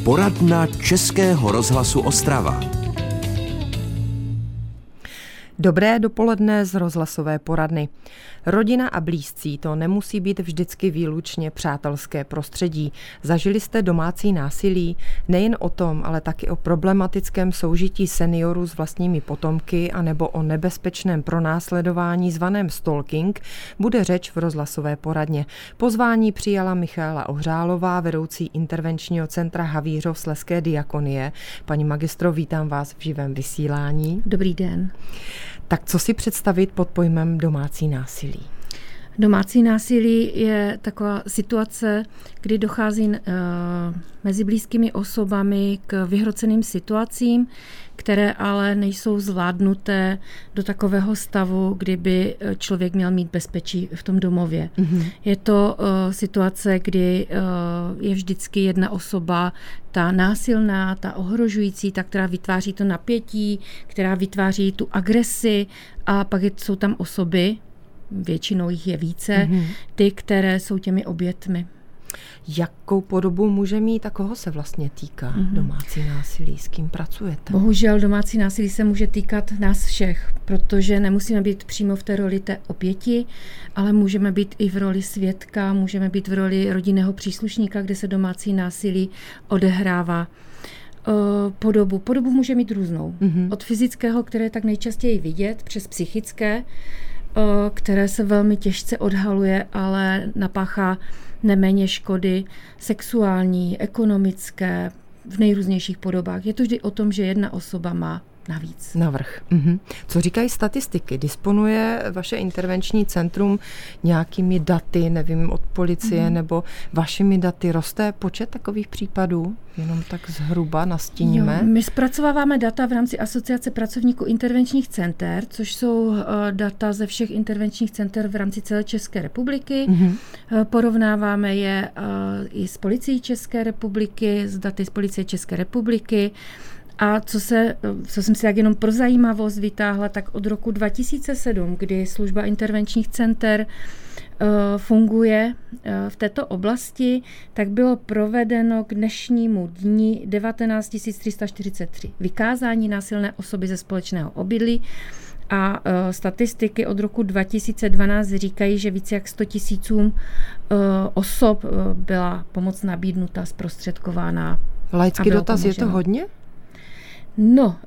Poradna Českého rozhlasu Ostrava. Dobré dopoledne z rozhlasové poradny. Rodina a blízcí, to nemusí být vždycky výlučně přátelské prostředí. Zažili jste domácí násilí? Nejen o tom, ale taky o problematickém soužití seniorů s vlastními potomky anebo o nebezpečném pronásledování zvaném stalking bude řeč v rozhlasové poradně. Pozvání přijala Michaela Ohřálová, vedoucí intervenčního centra Havířov Slezské diakonie. Paní magistro, vítám vás v živém vysílání. Dobrý den. Tak co si představit pod pojmem domácí násilí? Domácí násilí je taková situace, kdy dochází mezi blízkými osobami k vyhroceným situacím, které ale nejsou zvládnuté do takového stavu, kdyby člověk měl mít bezpečí v tom domově. Mm-hmm. Je to situace, kdy je vždycky jedna osoba, ta násilná, ta ohrožující, ta, která vytváří to napětí, která vytváří tu agresi, a pak jsou tam osoby, většinou jich je více, ty, které jsou těmi obětmi. Jakou podobu může mít a koho se vlastně týká domácí násilí? S kým pracujete? Bohužel domácí násilí se může týkat nás všech, protože nemusíme být přímo v té roli té oběti, ale můžeme být i v roli svědka, můžeme být v roli rodinného příslušníka, kde se domácí násilí odehrává. Podobu může mít různou. Od fyzického, které je tak nejčastěji vidět, přes psychické, které se velmi těžce odhaluje, ale napáchá neméně škody, sexuální, ekonomické, v nejrůznějších podobách. Je to vždy o tom, že jedna osoba má navíc. Navrch. Co říkají statistiky? Disponuje vaše intervenční centrum nějakými daty, nevím, od policie nebo vašimi daty? Roste počet takových případů? Jenom tak zhruba nastíníme. My zpracováváme data v rámci Asociace pracovníků intervenčních center, což jsou data ze všech intervenčních center v rámci celé České republiky. Porovnáváme je i s policií České republiky, s daty z policie České republiky. A co jsem si tak jenom pro zajímavost vytáhla, tak od roku 2007, kdy služba intervenčních center funguje v této oblasti, tak bylo provedeno k dnešnímu dni 19 343 vykázání násilné osoby ze společného obydlí. A statistiky od roku 2012 říkají, že více jak 100 000 osob byla pomoc nabídnuta, zprostředkována. Laický dotaz, je to hodně? No,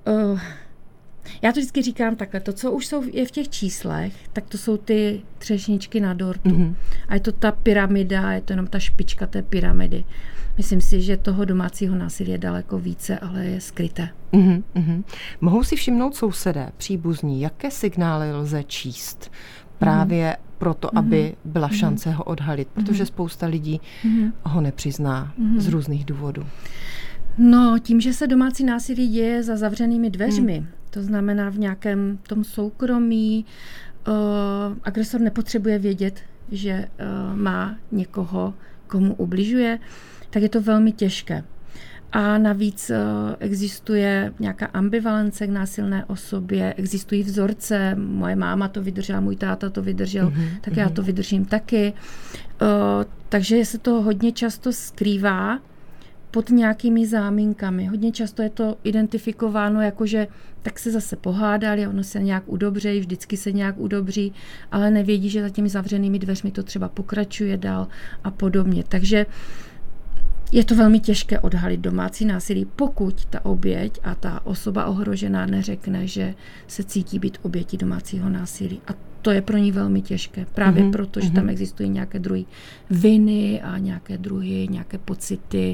já to vždycky říkám takhle, to, co už je v těch číslech, tak to jsou ty třešničky na dortu. A je to ta pyramida, je to jenom ta špička té pyramidy. Myslím si, že toho domácího násilí je daleko více, ale je skryté. Mohou si všimnout sousedé, příbuzní, jaké signály lze číst právě proto, aby byla šance ho odhalit, protože spousta lidí ho nepřizná z různých důvodů. No, tím, že se domácí násilí děje za zavřenými dveřmi, to znamená v nějakém tom soukromí, agresor nepotřebuje vědět, že má někoho, komu ubližuje, tak je to velmi těžké. A navíc existuje nějaká ambivalence k násilné osobě, existují vzorce, moje máma to vydržela, můj táta to vydržel, tak já to vydržím taky. Takže se to hodně často skrývá pod nějakými záminkami. Hodně často je to identifikováno jako, že tak se zase pohádali, ono se nějak udobřejí, vždycky se nějak udobří, ale nevědí, že za těmi zavřenými dveřmi to třeba pokračuje dál a podobně. Takže je to velmi těžké odhalit domácí násilí, pokud ta oběť a ta osoba ohrožená neřekne, že se cítí být obětí domácího násilí. A to je pro ní velmi těžké, právě proto, že tam existují nějaké druhy viny a nějaké pocity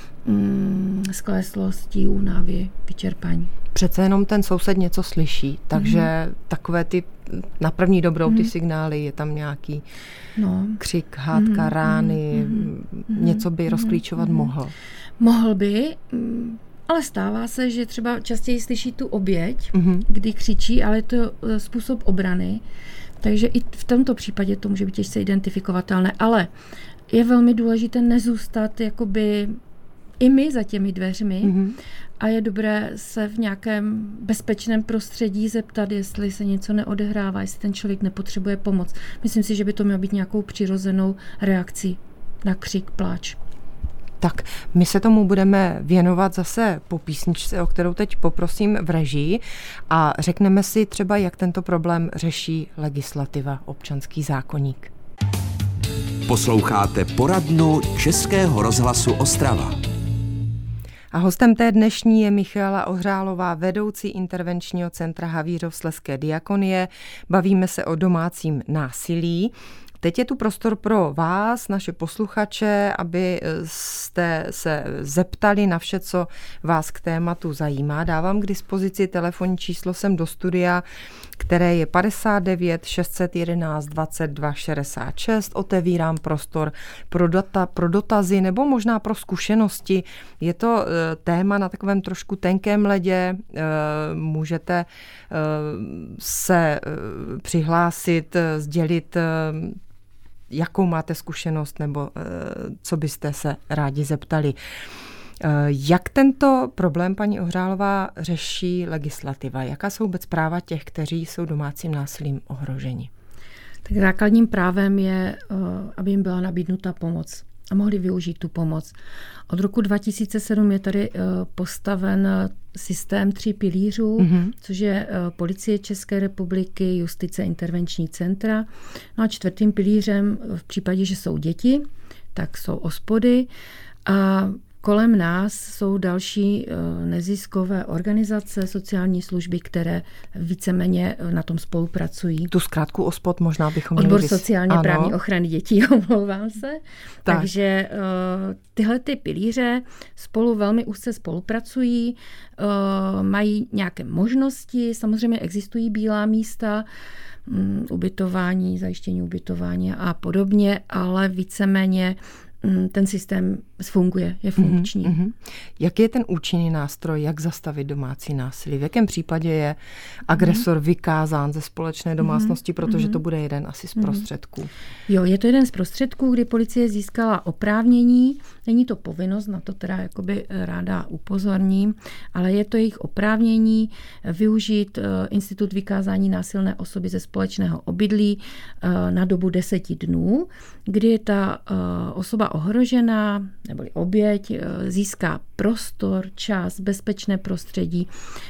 skleslosti, únavy, vyčerpání. Přece jenom ten soused něco slyší, takže takové ty na první dobrou ty signály, je tam nějaký křik, hádka, rány, něco by rozklíčovat mohl. Mohl by, ale stává se, že třeba častěji slyší tu oběť, kdy křičí, ale je to způsob obrany, takže i v tomto případě to může být těžce identifikovatelné, ale je velmi důležité nezůstat jakoby i my za těmi dveřmi a je dobré se v nějakém bezpečném prostředí zeptat, jestli se něco neodehrává, jestli ten člověk nepotřebuje pomoc. Myslím si, že by to mělo být nějakou přirozenou reakcí na křik, pláč. Tak my se tomu budeme věnovat zase po písničce, o kterou teď poprosím v režii a řekneme si třeba, jak tento problém řeší legislativa, občanský zákoník. Posloucháte poradnu Českého rozhlasu Ostrava. A hostem té dnešní je Michaela Ohřálová, vedoucí intervenčního centra Havířov-Slezské diakonie. Bavíme se o domácím násilí. Teď je tu prostor pro vás, naše posluchače, aby jste se zeptali na vše, co vás k tématu zajímá. Dávám k dispozici telefonní číslo sem do studia, které je 59 611 22 66. Otevírám prostor pro dotazy nebo možná pro zkušenosti. Je to téma na takovém trošku tenkém ledě. Můžete se přihlásit, sdělit, jakou máte zkušenost nebo co byste se rádi zeptali. Jak tento problém, paní Ohřálová, řeší legislativa? Jaká jsou vůbec práva těch, kteří jsou domácím násilím ohroženi? Tak základním právem je, aby jim byla nabídnuta pomoc a mohli využít tu pomoc. Od roku 2007 je tady postaven systém 3 pilířů, což je Policie České republiky, Justice, intervenční centra. No a 4. pilířem v případě, že jsou děti, tak jsou OSPODy a kolem nás jsou další neziskové organizace, sociální služby, které víceméně na tom spolupracují. Tu zkrátku OSPOD možná bychom měli... Odbor sociálně právní ochrany dětí, omlouvám se. Tak. Takže tyhle ty pilíře spolu velmi úzce spolupracují, mají nějaké možnosti, samozřejmě existují bílá místa, ubytování, zajištění ubytování a podobně, ale víceméně ten systém funguje, je funkční. Jaký je ten účinný nástroj, jak zastavit domácí násilí? V jakém případě je agresor vykázán ze společné domácnosti, protože to bude jeden asi z prostředků? Jo, je to jeden z prostředků, kdy policie získala oprávnění. Není to povinnost, na to teda jakoby ráda upozorním, ale je to jejich oprávnění využít institut vykázání násilné osoby ze společného obydlí na dobu 10 dnů, kdy ta osoba ohrožená neboli oběť získá prostor, čas, bezpečné prostředí,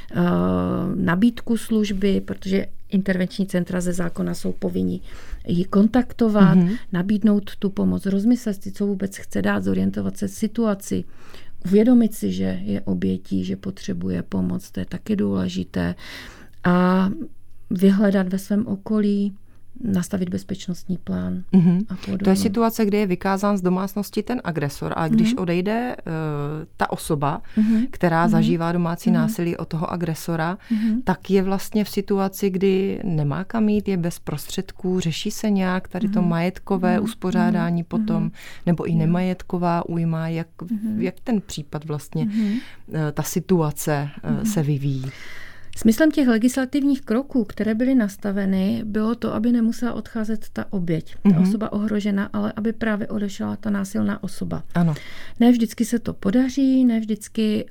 nabídku služby, protože intervenční centra ze zákona jsou povinni ji kontaktovat, nabídnout tu pomoc, rozmyslet si, co vůbec chce dát, zorientovat se v situaci, uvědomit si, že je obětí, že potřebuje pomoc, to je taky důležité, a vyhledat ve svém okolí, nastavit bezpečnostní plán. A to je situace, kdy je vykázán z domácnosti ten agresor a když odejde ta osoba, která zažívá domácí násilí od toho agresora, tak je vlastně v situaci, kdy nemá kam jít, je bez prostředků, řeší se nějak tady to majetkové uspořádání potom, nebo i nemajetková újma, jak ten případ vlastně, ta situace se vyvíjí. Smyslem těch legislativních kroků, které byly nastaveny, bylo to, aby nemusela odcházet ta oběť, ta osoba ohrožena, ale aby právě odešla ta násilná osoba. Ano. Ne vždycky se to podaří, ne vždycky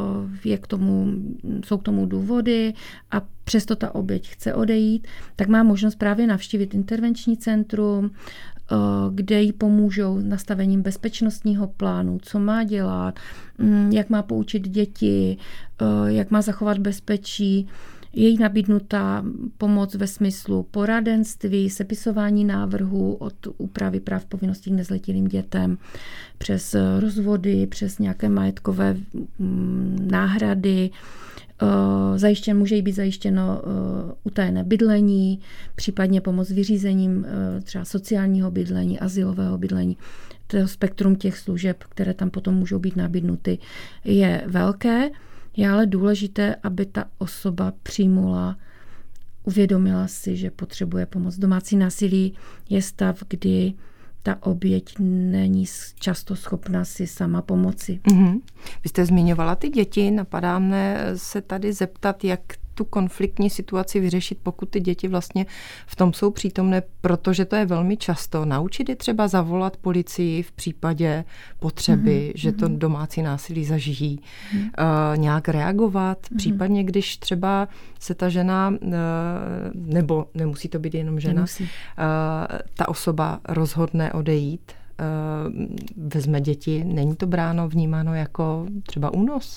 jsou k tomu důvody a přesto ta oběť chce odejít, tak má možnost právě navštívit intervenční centrum, kde jí pomůžou nastavením bezpečnostního plánu, co má dělat, jak má poučit děti, jak má zachovat bezpečí. Je jí nabídnutá pomoc ve smyslu poradenství, sepisování návrhů od úpravy práv povinností k nezletilým dětem, přes rozvody, přes nějaké majetkové náhrady. Může jí být zajištěno utajené bydlení, případně pomoc vyřízením třeba sociálního bydlení, azylového bydlení. To spektrum těch služeb, které tam potom můžou být nabídnuty, je velké. Je ale důležité, aby ta osoba přijmula, uvědomila si, že potřebuje pomoc. Domácí násilí je stav, kdy ta oběť není často schopna si sama pomoci. Vy jste zmiňovala ty děti, napadá mne se tady zeptat, jak tu konfliktní situaci vyřešit, pokud ty děti vlastně v tom jsou přítomné, protože to je velmi často. Naučit je třeba zavolat policii v případě potřeby, že to domácí násilí zažijí, nějak reagovat, případně když třeba se ta žena, nebo nemusí to být jenom žena, ta osoba rozhodne odejít vezme děti, není to vnímáno jako třeba únos?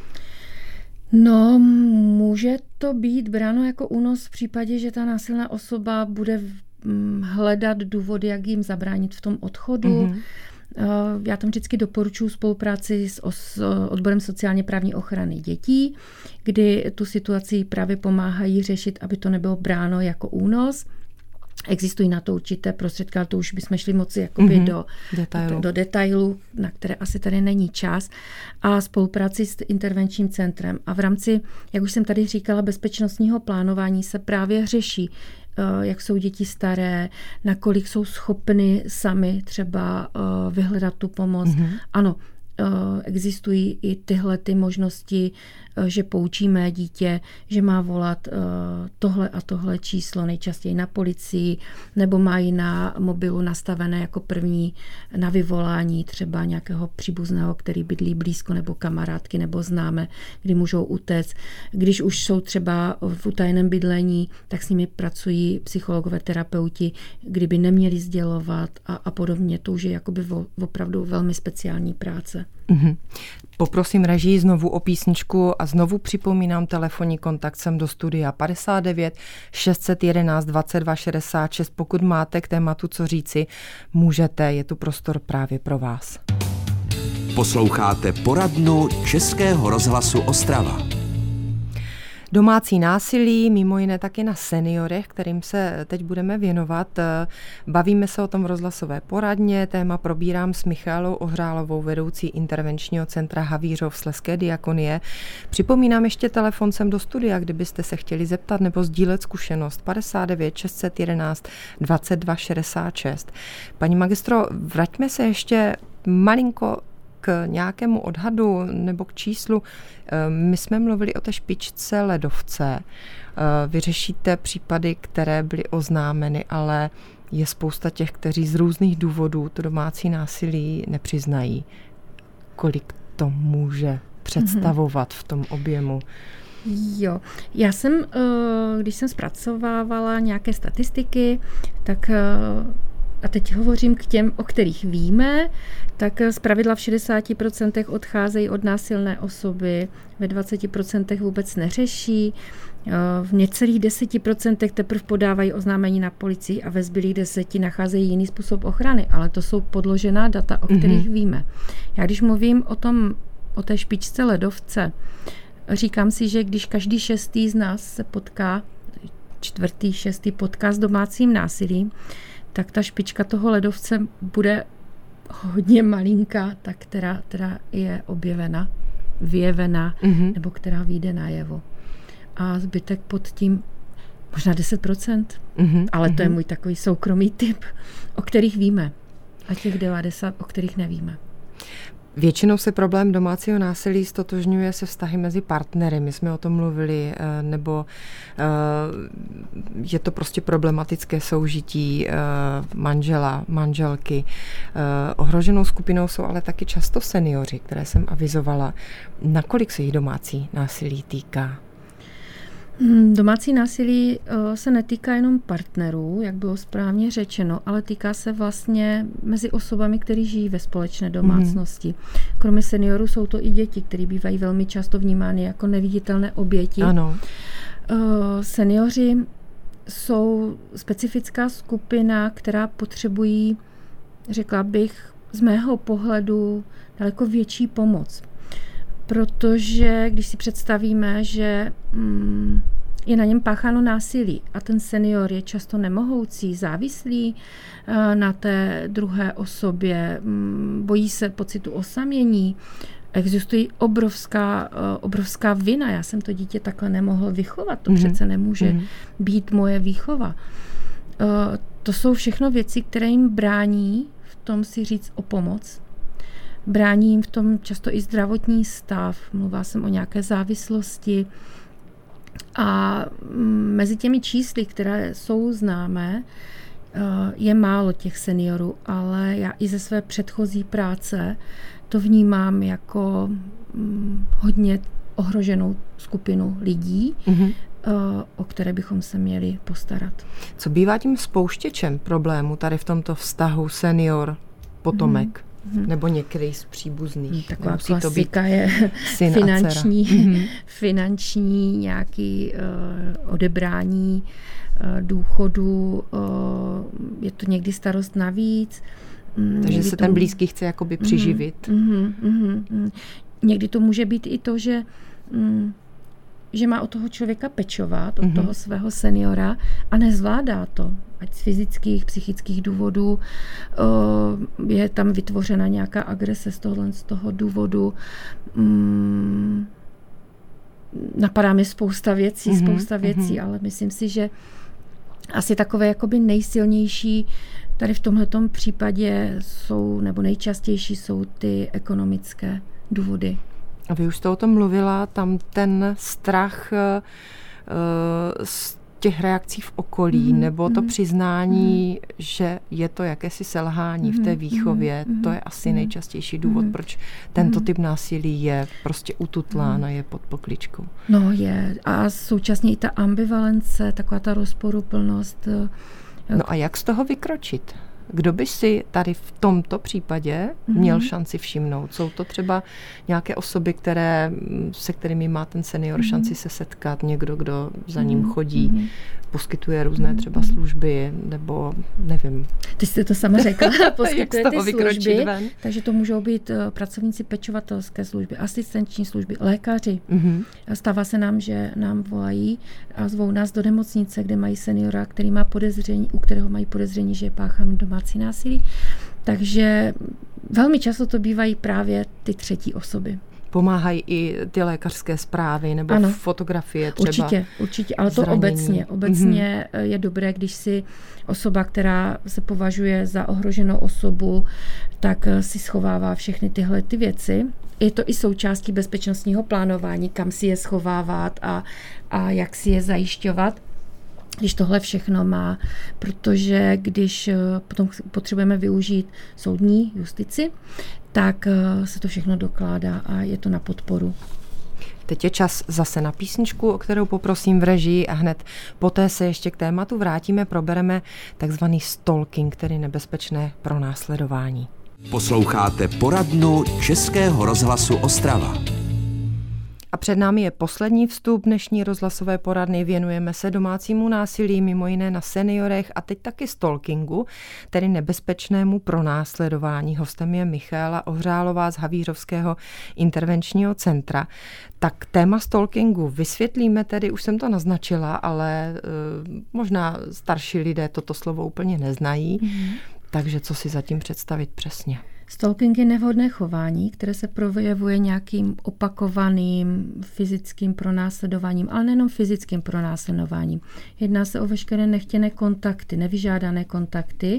No, může to být bráno jako únos v případě, že ta násilná osoba bude hledat důvody, jak jim zabránit v tom odchodu. Já tam vždycky doporučuji spolupráci s odborem sociálně právní ochrany dětí, kdy tu situaci právě pomáhají řešit, aby to nebylo bráno jako únos. Existují na to určité prostředky, ale to už bychom šli moci jakoby do detailu, na které asi tady není čas, a spolupráci s intervenčním centrem. A v rámci, jak už jsem tady říkala, bezpečnostního plánování se právě řeší, jak jsou děti staré, nakolik jsou schopny sami třeba vyhledat tu pomoc. Ano, existují i tyhle ty možnosti, že poučíme dítě, že má volat tohle a tohle číslo, nejčastěji na policii, nebo mají na mobilu nastavené jako první na vyvolání třeba nějakého příbuzného, který bydlí blízko, nebo kamarádky, nebo známe, kdy můžou utéct. Když už jsou třeba v utajeném bydlení, tak s nimi pracují psychologové, terapeuti, kdyby neměli sdělovat a podobně. To už je jakoby opravdu velmi speciální práce. Poprosím režii znovu o písničku a znovu připomínám telefonní kontakt sem do studia 59 611 22 66. Pokud máte k tématu co říci, můžete, je tu prostor právě pro vás. Posloucháte poradnu Českého rozhlasu Ostrava. Domácí násilí, mimo jiné taky na seniorech, kterým se teď budeme věnovat. Bavíme se o tom v rozhlasové poradně. Téma probírám s Michaelou Ohřálovou, vedoucí intervenčního centra Havířov Slezské diakonie. Připomínám ještě telefon sem do studia, kdybyste se chtěli zeptat nebo sdílet zkušenost. 59 611 22 66. Paní magistro, vraťme se ještě malinko k nějakému odhadu nebo k číslu. My jsme mluvili o té špičce ledovce. Vyřešíte případy, které byly oznámeny, ale je spousta těch, kteří z různých důvodů to domácí násilí nepřiznají. Kolik to může představovat v tom objemu? Jo, já jsem, když jsem zpracovávala nějaké statistiky, tak a teď hovořím k těm, o kterých víme, tak zpravidla v 60% odcházejí od násilné osoby, ve 20% vůbec neřeší, v necelých 10% teprve podávají oznámení na policii a ve zbylých 10% nacházejí jiný způsob ochrany, ale to jsou podložená data, o kterých víme. Já když mluvím o té špičce ledovce, říkám si, že když každý 6. z nás se potká, 4., 6. potká s domácím násilím, tak ta špička toho ledovce bude hodně malinká, tak která je objevena, vyjevena, nebo která vyjde najevo. A zbytek pod tím možná 10%, ale to je můj takový soukromý tip, o kterých víme. A těch 90, o kterých nevíme. Většinou se problém domácího násilí stotožňuje se vztahy mezi partnery. My jsme o tom mluvili, nebo je to prostě problematické soužití manžela, manželky. Ohroženou skupinou jsou ale taky často seniori, které jsem avizovala. Nakolik se jich domácí násilí týká? Domácí násilí se netýká jenom partnerů, jak bylo správně řečeno, ale týká se vlastně mezi osobami, kteří žijí ve společné domácnosti. Kromě seniorů jsou to i děti, které bývají velmi často vnímány jako neviditelné oběti. Ano. Seniori jsou specifická skupina, která potřebují, řekla bych, z mého pohledu daleko větší pomoc. Protože když si představíme, že je na něm pácháno násilí a ten senior je často nemohoucí, závislý na té druhé osobě, bojí se pocitu osamění, existuje obrovská vina. Já jsem to dítě takhle nemohl vychovat, to přece nemůže být moje výchova. To jsou všechno věci, které jim brání v tom si říct o pomoc. Brání jim v tom často i zdravotní stav, mluvila jsem o nějaké závislosti a mezi těmi čísly, které jsou známé, je málo těch seniorů, ale já i ze své předchozí práce to vnímám jako hodně ohroženou skupinu lidí, o které bychom se měli postarat. Co bývá tím spouštěčem problému tady v tomto vztahu senior potomek. Nebo některý z příbuzných. Taková Nemusí klasika je finanční nějaký odebrání důchodu, je to někdy starost navíc. Takže se ten blízký chce jakoby přiživit. Někdy to může být i to, že má od toho člověka pečovat, od toho svého seniora a nezvládá to. Ať z fyzických, psychických důvodů je tam vytvořena nějaká agrese z toho důvodu. Napadá mi spousta věcí, ale myslím si, že asi takové jakoby nejsilnější tady v tomhletom případě jsou, nebo nejčastější jsou ty ekonomické důvody. A vy už jste o tom mluvila, tam ten strach z těch reakcí v okolí, nebo to přiznání, že je to jakési selhání v té výchově, to je asi nejčastější důvod, proč tento typ násilí je prostě ututlán a je pod pokličkou. No je. A současně i ta ambivalence, taková ta rozporuplnost. No a jak z toho vykročit? Kdo by si tady v tomto případě měl šanci všimnout? Jsou to třeba nějaké osoby, se kterými má ten senior šanci se setkat, někdo, kdo za ním chodí, poskytuje různé třeba služby, nebo nevím. Ty jste to sama řekla, poskytuje ty služby, takže to můžou být pracovníci pečovatelské služby, asistenční služby, lékaři. Stává se nám, že nám volají a zvou nás do nemocnice, kde mají seniora, u kterého mají podezření, že je pácháno domácí násilí. Takže velmi často to bývají právě ty třetí osoby. Pomáhají i ty lékařské zprávy nebo fotografie třeba. Určitě, ale to zranění. Obecně je dobré, když si osoba, která se považuje za ohroženou osobu, tak si schovává všechny tyhle ty věci. Je to i součástí bezpečnostního plánování, kam si je schovávat a jak si je zajišťovat, když tohle všechno má, protože když potom potřebujeme využít soudní justici, tak se to všechno dokládá a je to na podporu. Teď je čas zase na písničku, o kterou poprosím v režii a hned poté se ještě k tématu vrátíme, probereme takzvaný stalking, tedy nebezpečné pronásledování. Posloucháte poradnu Českého rozhlasu Ostrava. A před námi je poslední vstup dnešní rozhlasové poradny. Věnujeme se domácímu násilí, mimo jiné na seniorech a teď taky stalkingu, tedy nebezpečnému pronásledování. Hostem je Michaela Ohřálová z Havířovského intervenčního centra. Tak téma stalkingu vysvětlíme tedy, už jsem to naznačila, ale možná starší lidé toto slovo úplně neznají. Takže co si zatím představit přesně? Stalking je nevhodné chování, které se projevuje nějakým opakovaným fyzickým pronásledováním, ale nejenom fyzickým pronásledováním. Jedná se o veškeré nechtěné kontakty, nevyžádané kontakty,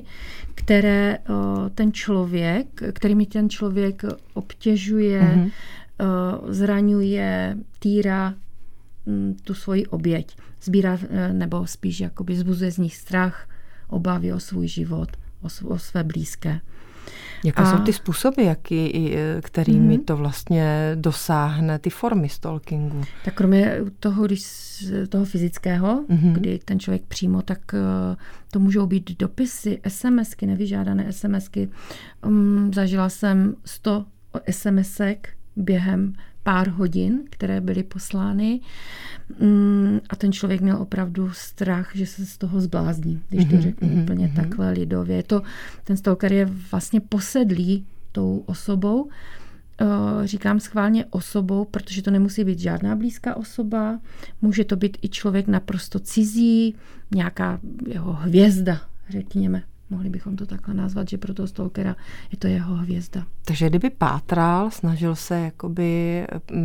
kterými ten člověk obtěžuje, zraňuje, týrá tu svoji oběť. Sbírá, nebo spíš jakoby vzbuzuje z nich strach, obavy o svůj život, o své blízké. Jaké jsou ty způsoby, kterými to vlastně dosáhne, ty formy stalkingu? Tak kromě toho fyzického, kdy ten člověk přímo, tak to můžou být dopisy, SMSky, nevyžádané SMSky. Zažila jsem 100 SMSek během pár hodin, které byly poslány a ten člověk měl opravdu strach, že se z toho zblázní, když to řeknu úplně takhle lidově. Ten stalker je vlastně posedlý tou osobou. Říkám schválně osobou, protože to nemusí být žádná blízká osoba, může to být i člověk naprosto cizí, nějaká jeho hvězda, řekněme. Mohli bychom to takhle nazvat, že pro toho stalkera je to jeho hvězda. Takže kdyby pátral, snažil se jakoby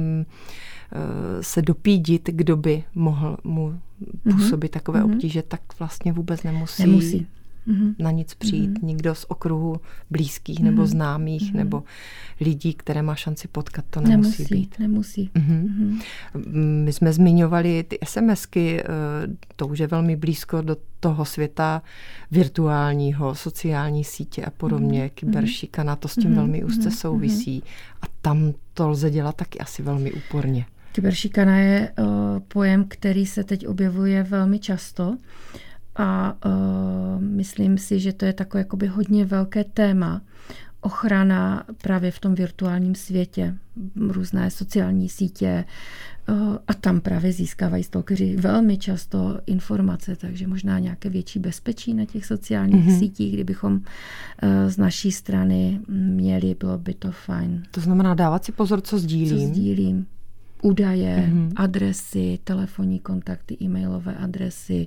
se dopídit, kdo by mohl mu působit takové obtíže, tak vlastně vůbec nemusí na nic přijít. Nikdo z okruhu blízkých nebo známých nebo lidí, které má šanci potkat, to nemusí být. Nemusí. My jsme zmiňovali ty SMSky, to už je velmi blízko do toho světa virtuálního, sociální sítě a podobně, kyberšikana, to s tím velmi úzce souvisí. A tam to lze dělat taky asi velmi úporně. Kyberšikana je pojem, který se teď objevuje velmi často a myslím si, že to je takové jakoby hodně velké téma, ochrana právě v tom virtuálním světě, různé sociální sítě a tam právě získávají stalkeři velmi často informace, takže možná nějaké větší bezpečí na těch sociálních sítích, kdybychom z naší strany měli, bylo by to fajn. To znamená dávat si pozor, co sdílím. Údaje, adresy, telefonní kontakty, e-mailové adresy.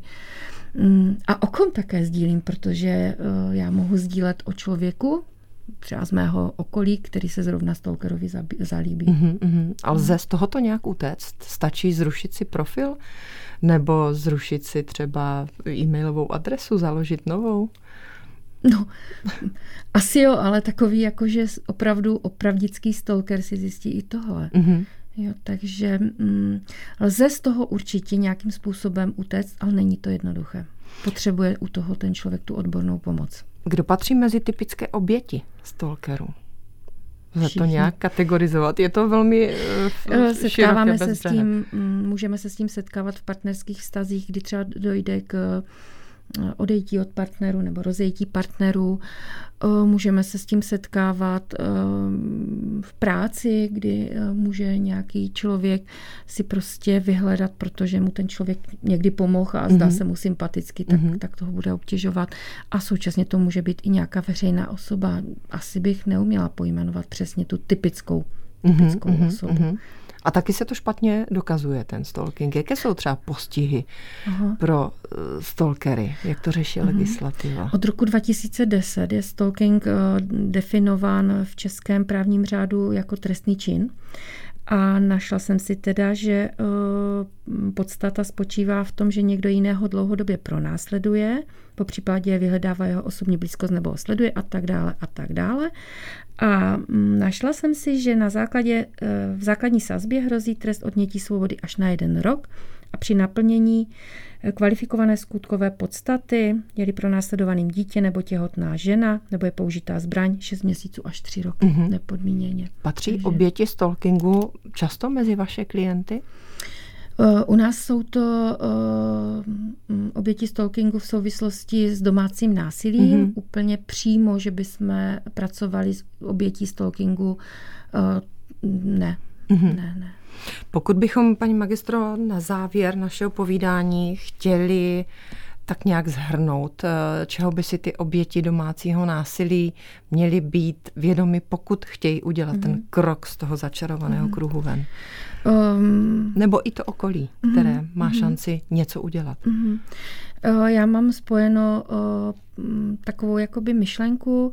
A o kom také sdílím, protože já mohu sdílet o člověku, třeba z mého okolí, který se zrovna stalkerovi zalíbí. A lze z tohoto nějak utéct? Stačí zrušit si profil? Nebo zrušit si třeba e-mailovou adresu, založit novou? No, asi jo, ale takový jakože opravdu opravdický stalker si zjistí i tohle. Jo, takže lze z toho určitě nějakým způsobem utéct, ale není to jednoduché. Potřebuje u toho ten člověk tu odbornou pomoc. Kdo patří mezi typické oběti stalkerů? Lze to nějak kategorizovat? Je to velmi setkáváme se s tím, můžeme se s tím setkávat v partnerských vztazích, kdy třeba dojde k odejítí od partnerů nebo rozejítí partnerů. Můžeme se s tím setkávat v práci, kdy může nějaký člověk si prostě vyhledat, protože mu ten člověk někdy pomohl a zdá se mu sympaticky, tak toho bude obtěžovat. A současně to může být i nějaká veřejná osoba. Asi bych neuměla pojmenovat přesně tu typickou osobu. A taky se to špatně dokazuje, ten stalking. Jaké jsou třeba postihy pro stalkery? Jak to řeší legislativa? Od roku 2010 je stalking definován v českém právním řádu jako trestný čin. A našla jsem si teda, že podstata spočívá v tom, že někdo jiného dlouhodobě pronásleduje, popřípadě vyhledává jeho osobní blízkost nebo ho sleduje a tak dále a tak dále. A našla jsem si, že v základní sazbě hrozí trest odnětí svobody až na 1 rok a při naplnění kvalifikované skutkové podstaty, je-li pronásledovaným dítě nebo těhotná žena, nebo je použitá zbraň 6 měsíců až 3 roky nepodmíněně. Patří oběti stalkingu často mezi vaše klienty? U nás jsou to oběti stalkingu v souvislosti s domácím násilím. Úplně přímo, že bychom pracovali s obětí stalkingu, ne. Ne. Pokud bychom, paní magistro, na závěr našeho povídání chtěli tak nějak shrnout, čeho by si ty oběti domácího násilí měly být vědomi, pokud chtějí udělat ten krok z toho začarovaného kruhu ven. Nebo i to okolí, které má šanci něco udělat. Já mám spojeno takovou jakoby myšlenku,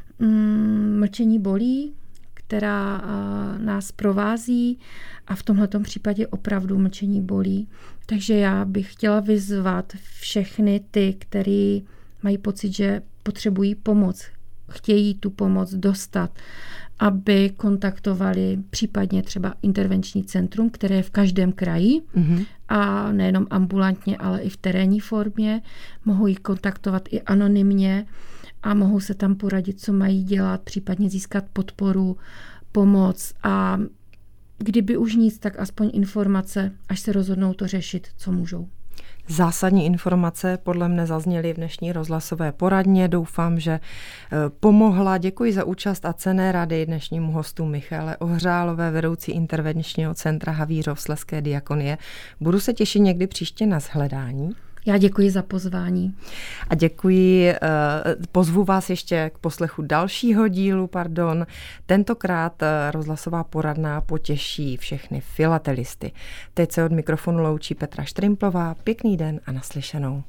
mlčení bolí, která nás provází a v tomhletom případě opravdu mlčení bolí. Takže já bych chtěla vyzvat všechny ty, kteří mají pocit, že potřebují pomoc, chtějí tu pomoc dostat, aby kontaktovali případně třeba intervenční centrum, které je v každém kraji a nejenom ambulantně, ale i v terénní formě. Mohou jich kontaktovat i anonymně a mohou se tam poradit, co mají dělat, případně získat podporu, pomoc a kdyby už nic, tak aspoň informace, až se rozhodnou to řešit, co můžou. Zásadní informace podle mne zazněly v dnešní rozhlasové poradně. Doufám, že pomohla. Děkuji za účast a cenné rady dnešnímu hostu Michaele Ohřálové, vedoucí intervenčního centra Havířov Slezské diakonie. Budu se těšit někdy příště na shledání. Já děkuji za pozvání. A děkuji, pozvu vás ještě k poslechu dalšího dílu, Tentokrát rozhlasová poradna potěší všechny filatelisty. Teď se od mikrofonu loučí Petra Štrimplová. Pěkný den a naslyšenou.